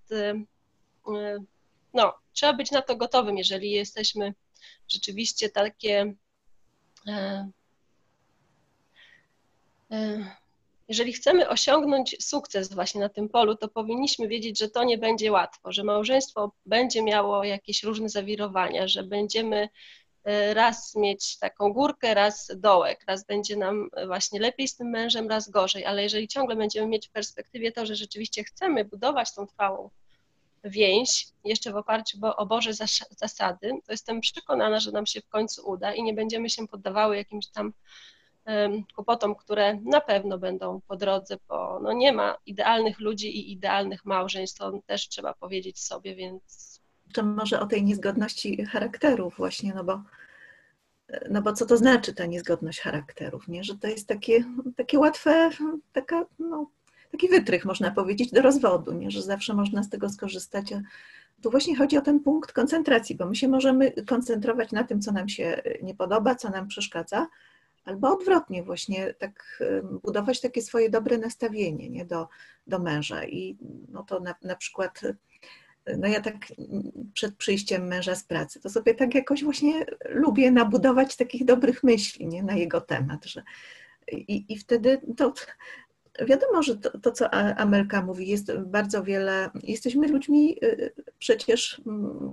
no, trzeba być na to gotowym, jeżeli jesteśmy rzeczywiście takie, jeżeli chcemy osiągnąć sukces właśnie na tym polu, to powinniśmy wiedzieć, że to nie będzie łatwo, że małżeństwo będzie miało jakieś różne zawirowania, że będziemy raz mieć taką górkę, raz dołek, raz będzie nam właśnie lepiej z tym mężem, raz gorzej, ale jeżeli ciągle będziemy mieć w perspektywie to, że rzeczywiście chcemy budować tą trwałą więź, jeszcze w oparciu o Boże zasady, to jestem przekonana, że nam się w końcu uda i nie będziemy się poddawały jakimś tam kłopotom, które na pewno będą po drodze, bo no nie ma idealnych ludzi i idealnych małżeństw, to też trzeba powiedzieć sobie, więc... To może o tej niezgodności charakterów właśnie, no bo, no bo co to znaczy ta niezgodność charakterów, nie? Że to jest takie, takie łatwe, taka, no, taki wytrych, można powiedzieć, do rozwodu, nie? Że zawsze można z tego skorzystać, a tu właśnie chodzi o ten punkt koncentracji, bo my się możemy koncentrować na tym, co nam się nie podoba, co nam przeszkadza, albo odwrotnie właśnie, tak budować takie swoje dobre nastawienie, nie? Do, do męża i no to na, na przykład... No ja tak przed przyjściem męża z pracy, to sobie tak jakoś właśnie lubię nabudować takich dobrych myśli, nie, na jego temat, że i, i wtedy to wiadomo, że to, to, co Amelka mówi, jest bardzo wiele, jesteśmy ludźmi przecież,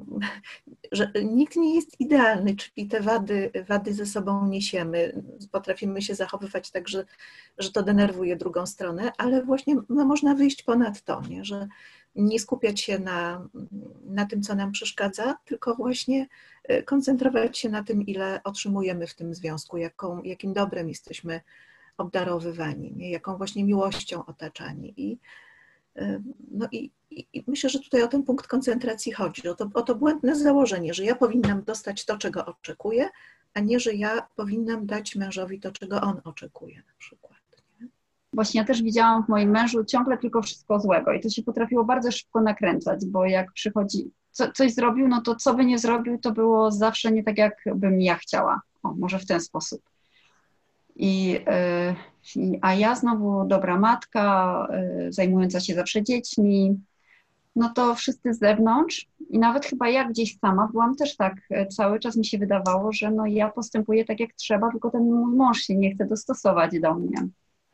że nikt nie jest idealny, czyli te wady, wady ze sobą niesiemy, potrafimy się zachowywać tak, że, że to denerwuje drugą stronę, ale właśnie no, można wyjść ponad to, nie, że nie skupiać się na, na tym, co nam przeszkadza, tylko właśnie koncentrować się na tym, ile otrzymujemy w tym związku, jaką, jakim dobrem jesteśmy obdarowywani, nie? Jaką właśnie miłością otaczani. I, no i, i myślę, że tutaj o ten punkt koncentracji chodzi, o to, o to błędne założenie, że ja powinnam dostać to, czego oczekuję, a nie, że ja powinnam dać mężowi to, czego on oczekuje na przykład. Właśnie ja też widziałam w moim mężu ciągle tylko wszystko złego i to się potrafiło bardzo szybko nakręcać, bo jak przychodzi, co, coś zrobił, no to co by nie zrobił, to było zawsze nie tak, jak bym ja chciała. O, może w ten sposób. I, yy, a ja znowu dobra matka, yy, zajmująca się zawsze dziećmi, no to wszyscy z zewnątrz i nawet chyba ja gdzieś sama byłam też tak, cały czas mi się wydawało, że no ja postępuję tak, jak trzeba, tylko ten mój mąż się nie chce dostosować do mnie.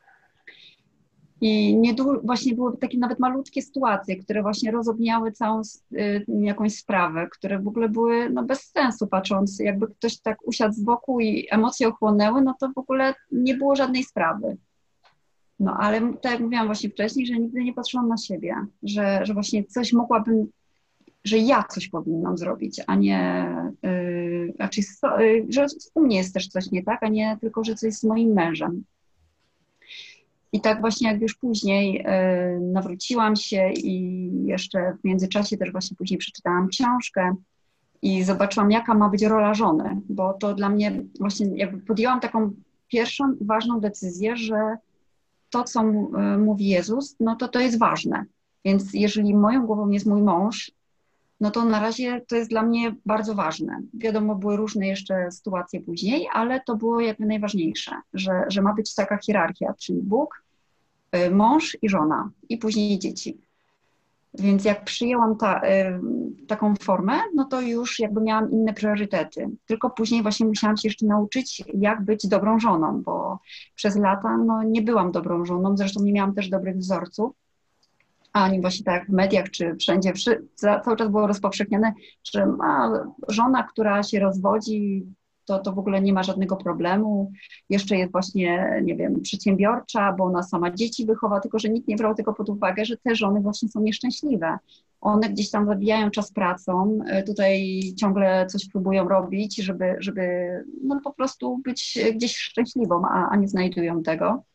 I niedu- właśnie były takie nawet malutkie sytuacje, które właśnie rozogniały całą y, jakąś sprawę, które w ogóle były no, bez sensu patrząc, jakby ktoś tak usiadł z boku i emocje ochłonęły, no to w ogóle nie było żadnej sprawy. No ale tak jak mówiłam właśnie wcześniej, że nigdy nie patrzyłam na siebie, że, że właśnie coś mogłabym, że ja coś powinnam zrobić, a nie, yy, znaczy, yy, że u mnie jest też coś nie tak, a nie tylko, że coś z moim mężem. I tak właśnie jak już później y, nawróciłam się i jeszcze w międzyczasie też właśnie później przeczytałam książkę i zobaczyłam, jaka ma być rola żony, bo to dla mnie właśnie jakby podjęłam taką pierwszą ważną decyzję, że to, co mówi Jezus, no to to jest ważne. Więc jeżeli moją głową jest mój mąż, no to na razie to jest dla mnie bardzo ważne. Wiadomo, były różne jeszcze sytuacje później, ale to było jakby najważniejsze, że, że ma być taka hierarchia, czyli Bóg, mąż i żona i później dzieci. Więc jak przyjęłam ta, y, taką formę, no to już jakby miałam inne priorytety. Tylko później właśnie musiałam się jeszcze nauczyć, jak być dobrą żoną, bo przez lata no, nie byłam dobrą żoną, zresztą nie miałam też dobrych wzorców, ani właśnie tak jak w mediach czy wszędzie, wszy, cały czas było rozpowszechnione, że ma żona, która się rozwodzi, to, to w ogóle nie ma żadnego problemu. Jeszcze jest właśnie, nie wiem, przedsiębiorcza, bo ona sama dzieci wychowa, tylko że nikt nie brał tego pod uwagę, że te żony właśnie są nieszczęśliwe. One gdzieś tam zabijają czas pracą, tutaj ciągle coś próbują robić, żeby, żeby no po prostu być gdzieś szczęśliwą, a, a nie znajdują tego.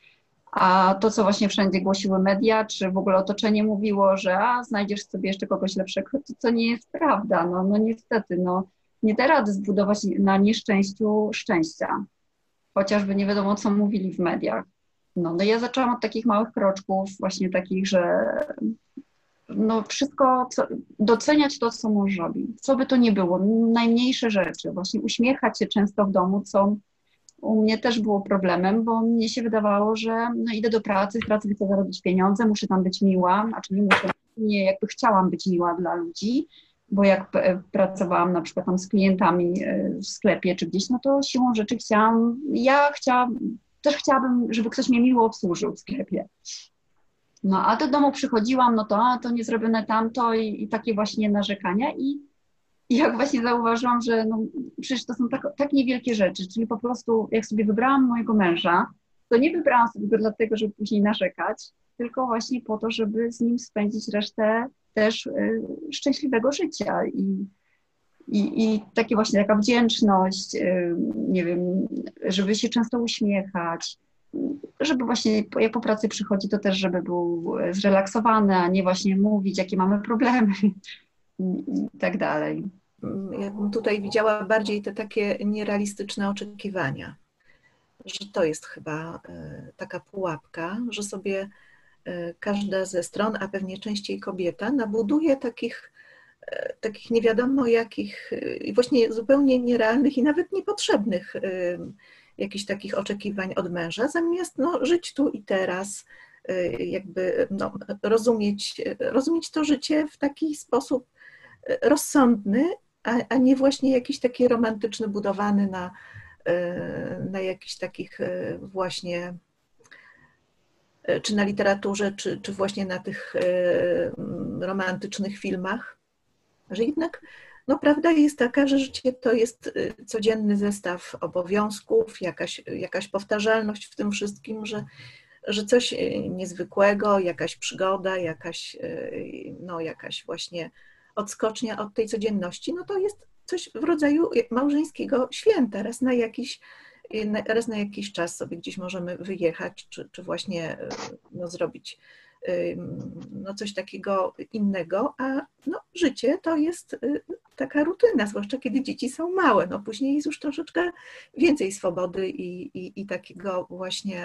A to, co właśnie wszędzie głosiły media, czy w ogóle otoczenie mówiło, że a, znajdziesz sobie jeszcze kogoś lepszego, to, to nie jest prawda. No, no niestety, no. Nie da rady zbudować na nieszczęściu szczęścia, chociażby nie wiadomo, co mówili w mediach. No, no ja zaczęłam od takich małych kroczków, właśnie takich, że no wszystko, co, doceniać to, co mąż robi, co by to nie było, najmniejsze rzeczy, właśnie uśmiechać się często w domu, co u mnie też było problemem, bo mnie się wydawało, że no idę do pracy, w pracy chcę zarobić pieniądze, muszę tam być miła, a czy nie muszę, nie, jakby chciałam być miła dla ludzi, bo jak pracowałam na przykład tam z klientami w sklepie czy gdzieś, no to siłą rzeczy chciałam, ja chciałam, też chciałabym, żeby ktoś mnie miło obsłużył w sklepie. No a do domu przychodziłam, no to a, to nie zrobione tamto i, i takie właśnie narzekania i, i jak właśnie zauważyłam, że no przecież to są tak, tak niewielkie rzeczy, czyli po prostu jak sobie wybrałam mojego męża, to nie wybrałam sobie go dlatego, żeby później narzekać, tylko właśnie po to, żeby z nim spędzić resztę też y, szczęśliwego życia i, i, i takie właśnie taka wdzięczność, y, nie wiem, żeby się często uśmiechać, żeby właśnie jak po pracy przychodzi, to też żeby był zrelaksowany, a nie właśnie mówić, jakie mamy problemy i, i tak dalej. Ja bym tutaj widziała bardziej te takie nierealistyczne oczekiwania, że to jest chyba y, taka pułapka, że sobie każda ze stron, a pewnie częściej kobieta, nabuduje takich, takich nie wiadomo jakich, i właśnie zupełnie nierealnych i nawet niepotrzebnych jakichś takich oczekiwań od męża, zamiast no, żyć tu i teraz, jakby no, rozumieć, rozumieć to życie w taki sposób rozsądny, a, a nie właśnie jakiś taki romantyczny, budowany na, na jakichś takich właśnie czy na literaturze, czy, czy właśnie na tych romantycznych filmach, że jednak no, prawda jest taka, że życie to jest codzienny zestaw obowiązków, jakaś, jakaś powtarzalność w tym wszystkim, że, że coś niezwykłego, jakaś przygoda, jakaś, no, jakaś właśnie odskocznia od tej codzienności, no to jest coś w rodzaju małżeńskiego święta, raz na jakiś raz na jakiś czas sobie gdzieś możemy wyjechać, czy, czy właśnie no, zrobić no, coś takiego innego, a no, życie to jest taka rutyna, zwłaszcza kiedy dzieci są małe. No, później jest już troszeczkę więcej swobody i, i, i takiego właśnie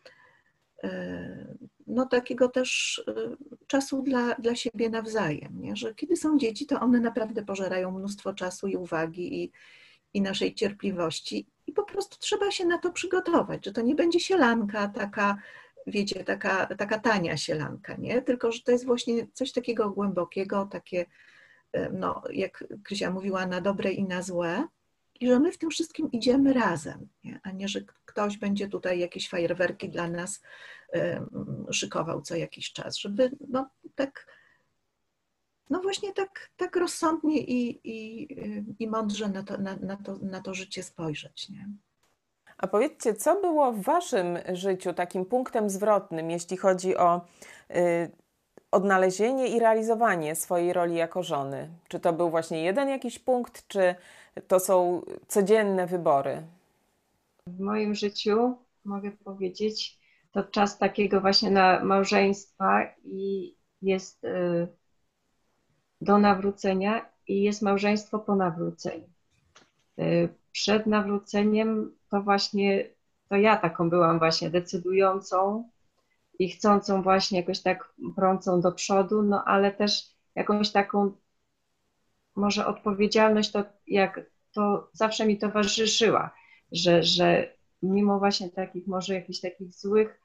no, takiego też czasu dla, dla siebie nawzajem, nie? Że kiedy są dzieci, to one naprawdę pożerają mnóstwo czasu i uwagi i, i naszej cierpliwości. I po prostu trzeba się na to przygotować, że to nie będzie sielanka taka, wiecie, taka, taka tania sielanka, nie? Tylko że to jest właśnie coś takiego głębokiego, takie, no, jak Krysia mówiła, na dobre i na złe. I że my w tym wszystkim idziemy razem, nie? A nie, że ktoś będzie tutaj jakieś fajerwerki dla nas um, szykował co jakiś czas, żeby no tak, no właśnie tak, tak rozsądnie i, i, i mądrze na to, na, na, to, na to życie spojrzeć, nie? A powiedzcie, co było w waszym życiu takim punktem zwrotnym, jeśli chodzi o y, odnalezienie i realizowanie swojej roli jako żony? Czy to był właśnie jeden jakiś punkt, czy to są codzienne wybory? W moim życiu, mogę powiedzieć, to czas takiego właśnie na małżeństwa i jest y, do nawrócenia i jest małżeństwo po nawróceniu. Y, przed nawróceniem to właśnie to ja taką byłam właśnie decydującą i chcącą właśnie jakoś tak prącą do przodu, no ale też jakąś taką może odpowiedzialność, to jak to zawsze mi towarzyszyła, że, że mimo właśnie takich może jakichś takich złych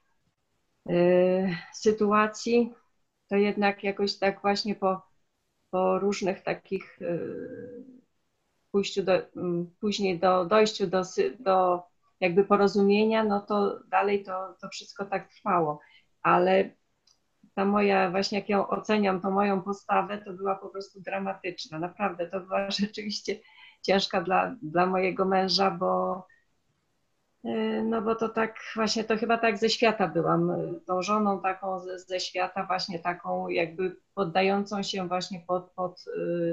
y, sytuacji, to jednak jakoś tak właśnie po, po różnych takich y, pójściu do, y, później do dojściu do, do jakby porozumienia, no to dalej to, to wszystko tak trwało, ale ta moja, właśnie jak ją oceniam, tą moją postawę, to była po prostu dramatyczna. Naprawdę, to była rzeczywiście ciężka dla, dla mojego męża, bo no bo to tak właśnie, to chyba tak ze świata byłam, tą żoną taką ze, ze świata, właśnie taką jakby poddającą się właśnie pod, pod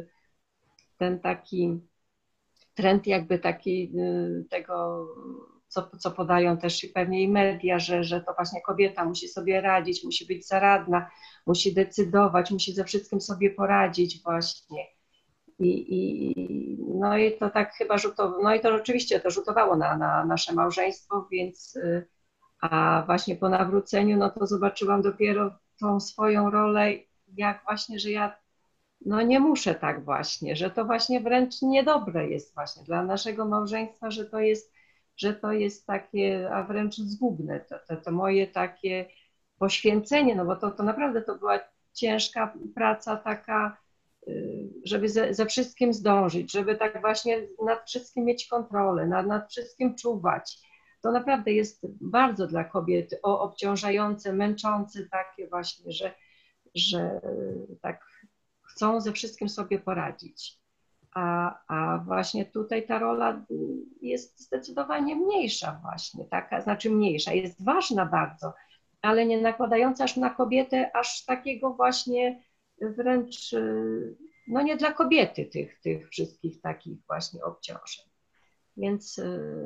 ten taki trend jakby taki tego, co, co podają też pewnie i media, że, że to właśnie kobieta musi sobie radzić, musi być zaradna, musi decydować, musi ze wszystkim sobie poradzić właśnie. I, i, no i to tak chyba rzutowało, no i to rzeczywiście to rzutowało na, na nasze małżeństwo, więc a właśnie po nawróceniu, no to zobaczyłam dopiero tą swoją rolę, jak właśnie, że ja no nie muszę tak właśnie, że to właśnie wręcz niedobre jest właśnie dla naszego małżeństwa, że to jest, że to jest takie, a wręcz zgubne, to, to, to moje takie poświęcenie, no bo to, to naprawdę to była ciężka praca taka, żeby ze, ze wszystkim zdążyć, żeby tak właśnie nad wszystkim mieć kontrolę, nad, nad wszystkim czuwać. To naprawdę jest bardzo dla kobiet obciążające, męczące takie właśnie, że, że tak chcą ze wszystkim sobie poradzić. A, a właśnie tutaj ta rola jest zdecydowanie mniejsza właśnie, taka, znaczy mniejsza, jest ważna bardzo, ale nie nakładająca aż na kobietę aż takiego właśnie wręcz, no nie dla kobiety tych, tych wszystkich takich właśnie obciążeń. Więc,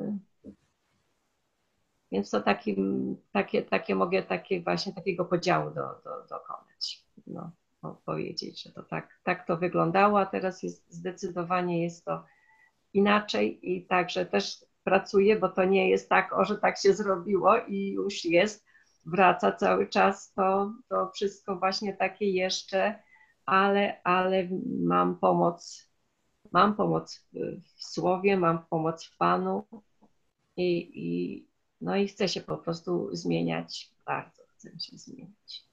więc to taki, takie, takie mogę takie właśnie takiego podziału do, do, dokonać. No, powiedzieć, że to tak, tak to wyglądało, a teraz jest zdecydowanie jest to inaczej i także też pracuję, bo to nie jest tak, o, że tak się zrobiło i już jest, wraca cały czas to, to wszystko właśnie takie jeszcze, ale, ale mam pomoc, mam pomoc w słowie, mam pomoc w Panu i, i, no i chcę się po prostu zmieniać, bardzo chcę się zmieniać.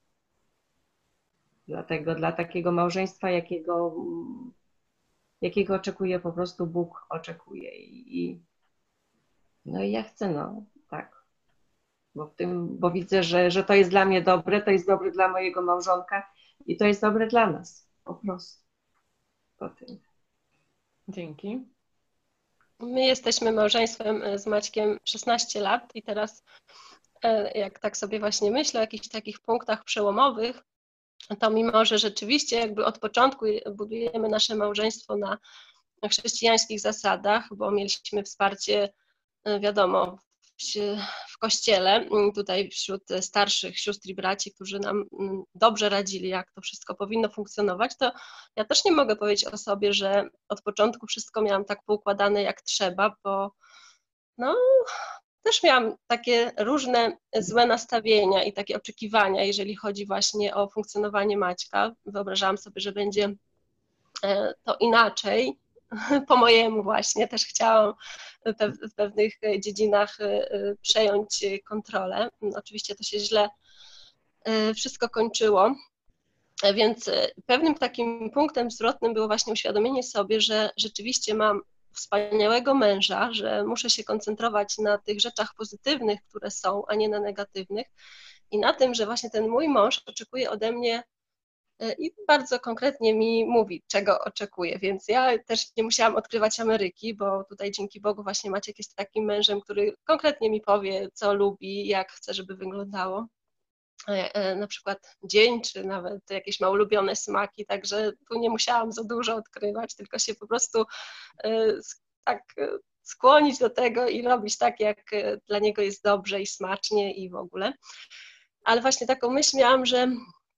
Dlatego dla takiego małżeństwa, jakiego, jakiego oczekuje po prostu Bóg oczekuje i, i no i ja chcę, no tak, bo w tym, bo widzę, że, że to jest dla mnie dobre, to jest dobre dla mojego małżonka i to jest dobre dla nas, po prostu. Po tym. Dzięki. My jesteśmy małżeństwem z Maćkiem szesnaście lat i teraz jak tak sobie właśnie myślę o jakichś takich punktach przełomowych, to mimo, że rzeczywiście jakby od początku budujemy nasze małżeństwo na chrześcijańskich zasadach, bo mieliśmy wsparcie, wiadomo, w kościele, tutaj wśród starszych sióstr i braci, którzy nam dobrze radzili, jak to wszystko powinno funkcjonować, to ja też nie mogę powiedzieć o sobie, że od początku wszystko miałam tak poukładane jak trzeba, bo no, też miałam takie różne złe nastawienia i takie oczekiwania, jeżeli chodzi właśnie o funkcjonowanie Maćka. Wyobrażałam sobie, że będzie to inaczej, po mojemu właśnie. Też chciałam w pewnych dziedzinach przejąć kontrolę. Oczywiście to się źle wszystko kończyło, więc pewnym takim punktem zwrotnym było właśnie uświadomienie sobie, że rzeczywiście mam wspaniałego męża, że muszę się koncentrować na tych rzeczach pozytywnych, które są, a nie na negatywnych i na tym, że właśnie ten mój mąż oczekuje ode mnie i bardzo konkretnie mi mówi, czego oczekuje, więc ja też nie musiałam odkrywać Ameryki, bo tutaj dzięki Bogu właśnie Maciek jest takim mężem, który konkretnie mi powie, co lubi, jak chce, żeby wyglądało na przykład dzień, czy nawet jakieś ma ulubione smaki, także tu nie musiałam za dużo odkrywać, tylko się po prostu tak skłonić do tego i robić tak, jak dla niego jest dobrze i smacznie i w ogóle. Ale właśnie taką myśl miałam, że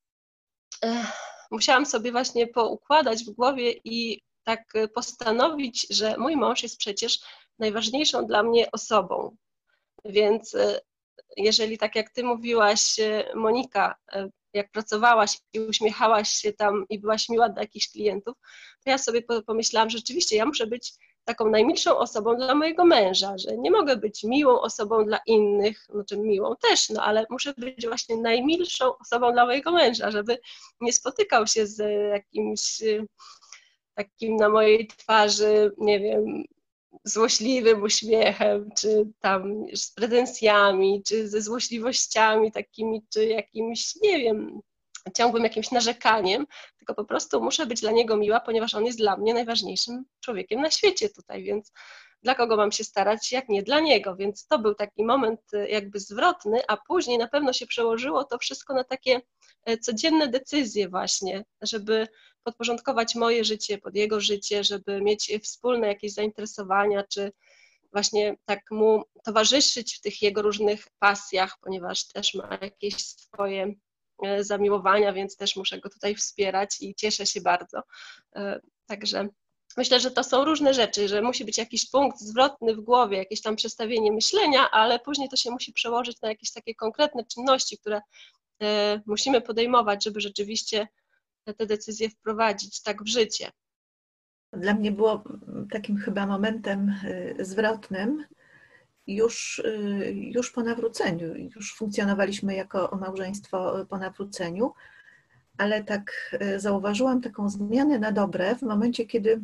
musiałam sobie właśnie poukładać w głowie i tak postanowić, że mój mąż jest przecież najważniejszą dla mnie osobą. Więc jeżeli tak jak ty mówiłaś, Monika, jak pracowałaś i uśmiechałaś się tam i byłaś miła dla jakichś klientów, to ja sobie pomyślałam, że rzeczywiście ja muszę być taką najmilszą osobą dla mojego męża, że nie mogę być miłą osobą dla innych, znaczy miłą też, no ale muszę być właśnie najmilszą osobą dla mojego męża, żeby nie spotykał się z jakimś takim na mojej twarzy, nie wiem, złośliwym uśmiechem, czy tam z pretensjami, czy ze złośliwościami takimi, czy jakimś, nie wiem, ciągłym jakimś narzekaniem, tylko po prostu muszę być dla niego miła, ponieważ on jest dla mnie najważniejszym człowiekiem na świecie tutaj, więc dla kogo mam się starać, jak nie dla niego, więc to był taki moment jakby zwrotny, a później na pewno się przełożyło to wszystko na takie codzienne decyzje właśnie, żeby podporządkować moje życie pod jego życie, żeby mieć wspólne jakieś zainteresowania, czy właśnie tak mu towarzyszyć w tych jego różnych pasjach, ponieważ też ma jakieś swoje zamiłowania, więc też muszę go tutaj wspierać i cieszę się bardzo. Także myślę, że to są różne rzeczy, że musi być jakiś punkt zwrotny w głowie, jakieś tam przestawienie myślenia, ale później to się musi przełożyć na jakieś takie konkretne czynności, które musimy podejmować, żeby rzeczywiście te decyzje wprowadzić tak w życie. Dla mnie było takim chyba momentem zwrotnym już, już po nawróceniu. Już funkcjonowaliśmy jako małżeństwo po nawróceniu, ale tak zauważyłam taką zmianę na dobre w momencie, kiedy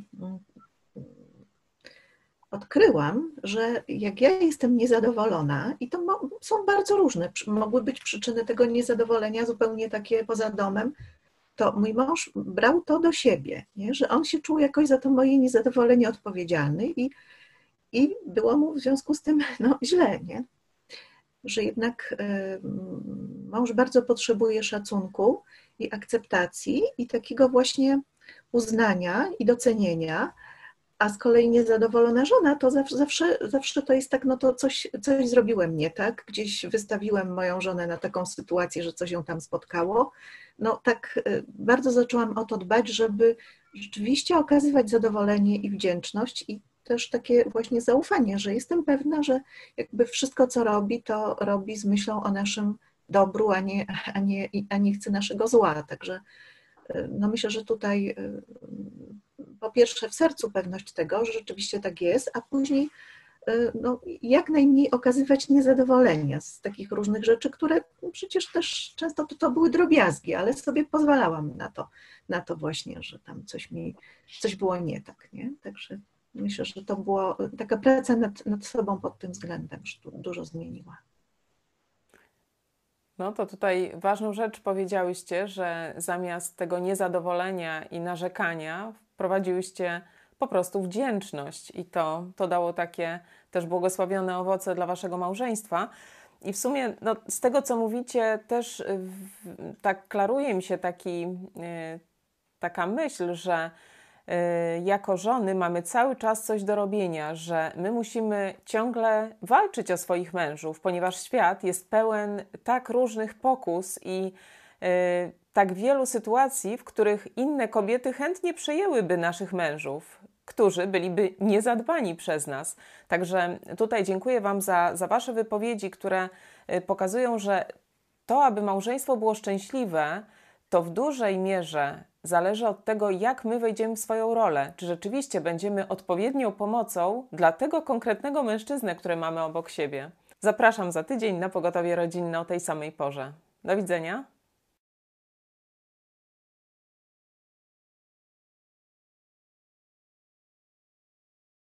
odkryłam, że jak ja jestem niezadowolona, i to są bardzo różne, mogły być przyczyny tego niezadowolenia zupełnie takie poza domem, to mój mąż brał to do siebie, nie? Że on się czuł jakoś za to moje niezadowolenie odpowiedzialny i, i było mu w związku z tym no, źle, nie? Że jednak y, mąż bardzo potrzebuje szacunku i akceptacji i takiego właśnie uznania i docenienia, a z kolei niezadowolona żona to zawsze, zawsze, zawsze to jest tak, no to coś, coś zrobiłem nie tak, gdzieś wystawiłem moją żonę na taką sytuację, że coś ją tam spotkało. No tak bardzo zaczęłam o to dbać, żeby rzeczywiście okazywać zadowolenie i wdzięczność i też takie właśnie zaufanie, że jestem pewna, że jakby wszystko co robi, to robi z myślą o naszym dobru, a nie, a nie, a nie chce naszego zła. Także no myślę, że tutaj po pierwsze w sercu pewność tego, że rzeczywiście tak jest, a później no, jak najmniej okazywać niezadowolenia z takich różnych rzeczy, które przecież też często to, to były drobiazgi, ale sobie pozwalałam na to, na to właśnie, że tam coś mi, coś było nie tak, nie? Także myślę, że to była taka praca nad, nad sobą pod tym względem, że tu dużo zmieniła. No to tutaj ważną rzecz powiedziałyście, że zamiast tego niezadowolenia i narzekania wprowadziłyście po prostu wdzięczność i to, to dało takie też błogosławione owoce dla waszego małżeństwa. I w sumie no, z tego, co mówicie, też w, tak klaruje mi się taki, y, taka myśl, że y, jako żony mamy cały czas coś do robienia, że my musimy ciągle walczyć o swoich mężów, ponieważ świat jest pełen tak różnych pokus i y, tak wielu sytuacji, w których inne kobiety chętnie przyjęłyby naszych mężów, którzy byliby niezadbani przez nas. Także tutaj dziękuję wam za, za wasze wypowiedzi, które pokazują, że to, aby małżeństwo było szczęśliwe, to w dużej mierze zależy od tego, jak my wejdziemy w swoją rolę. Czy rzeczywiście będziemy odpowiednią pomocą dla tego konkretnego mężczyzny, który mamy obok siebie. Zapraszam za tydzień na Pogotowie Rodzinne o tej samej porze. Do widzenia.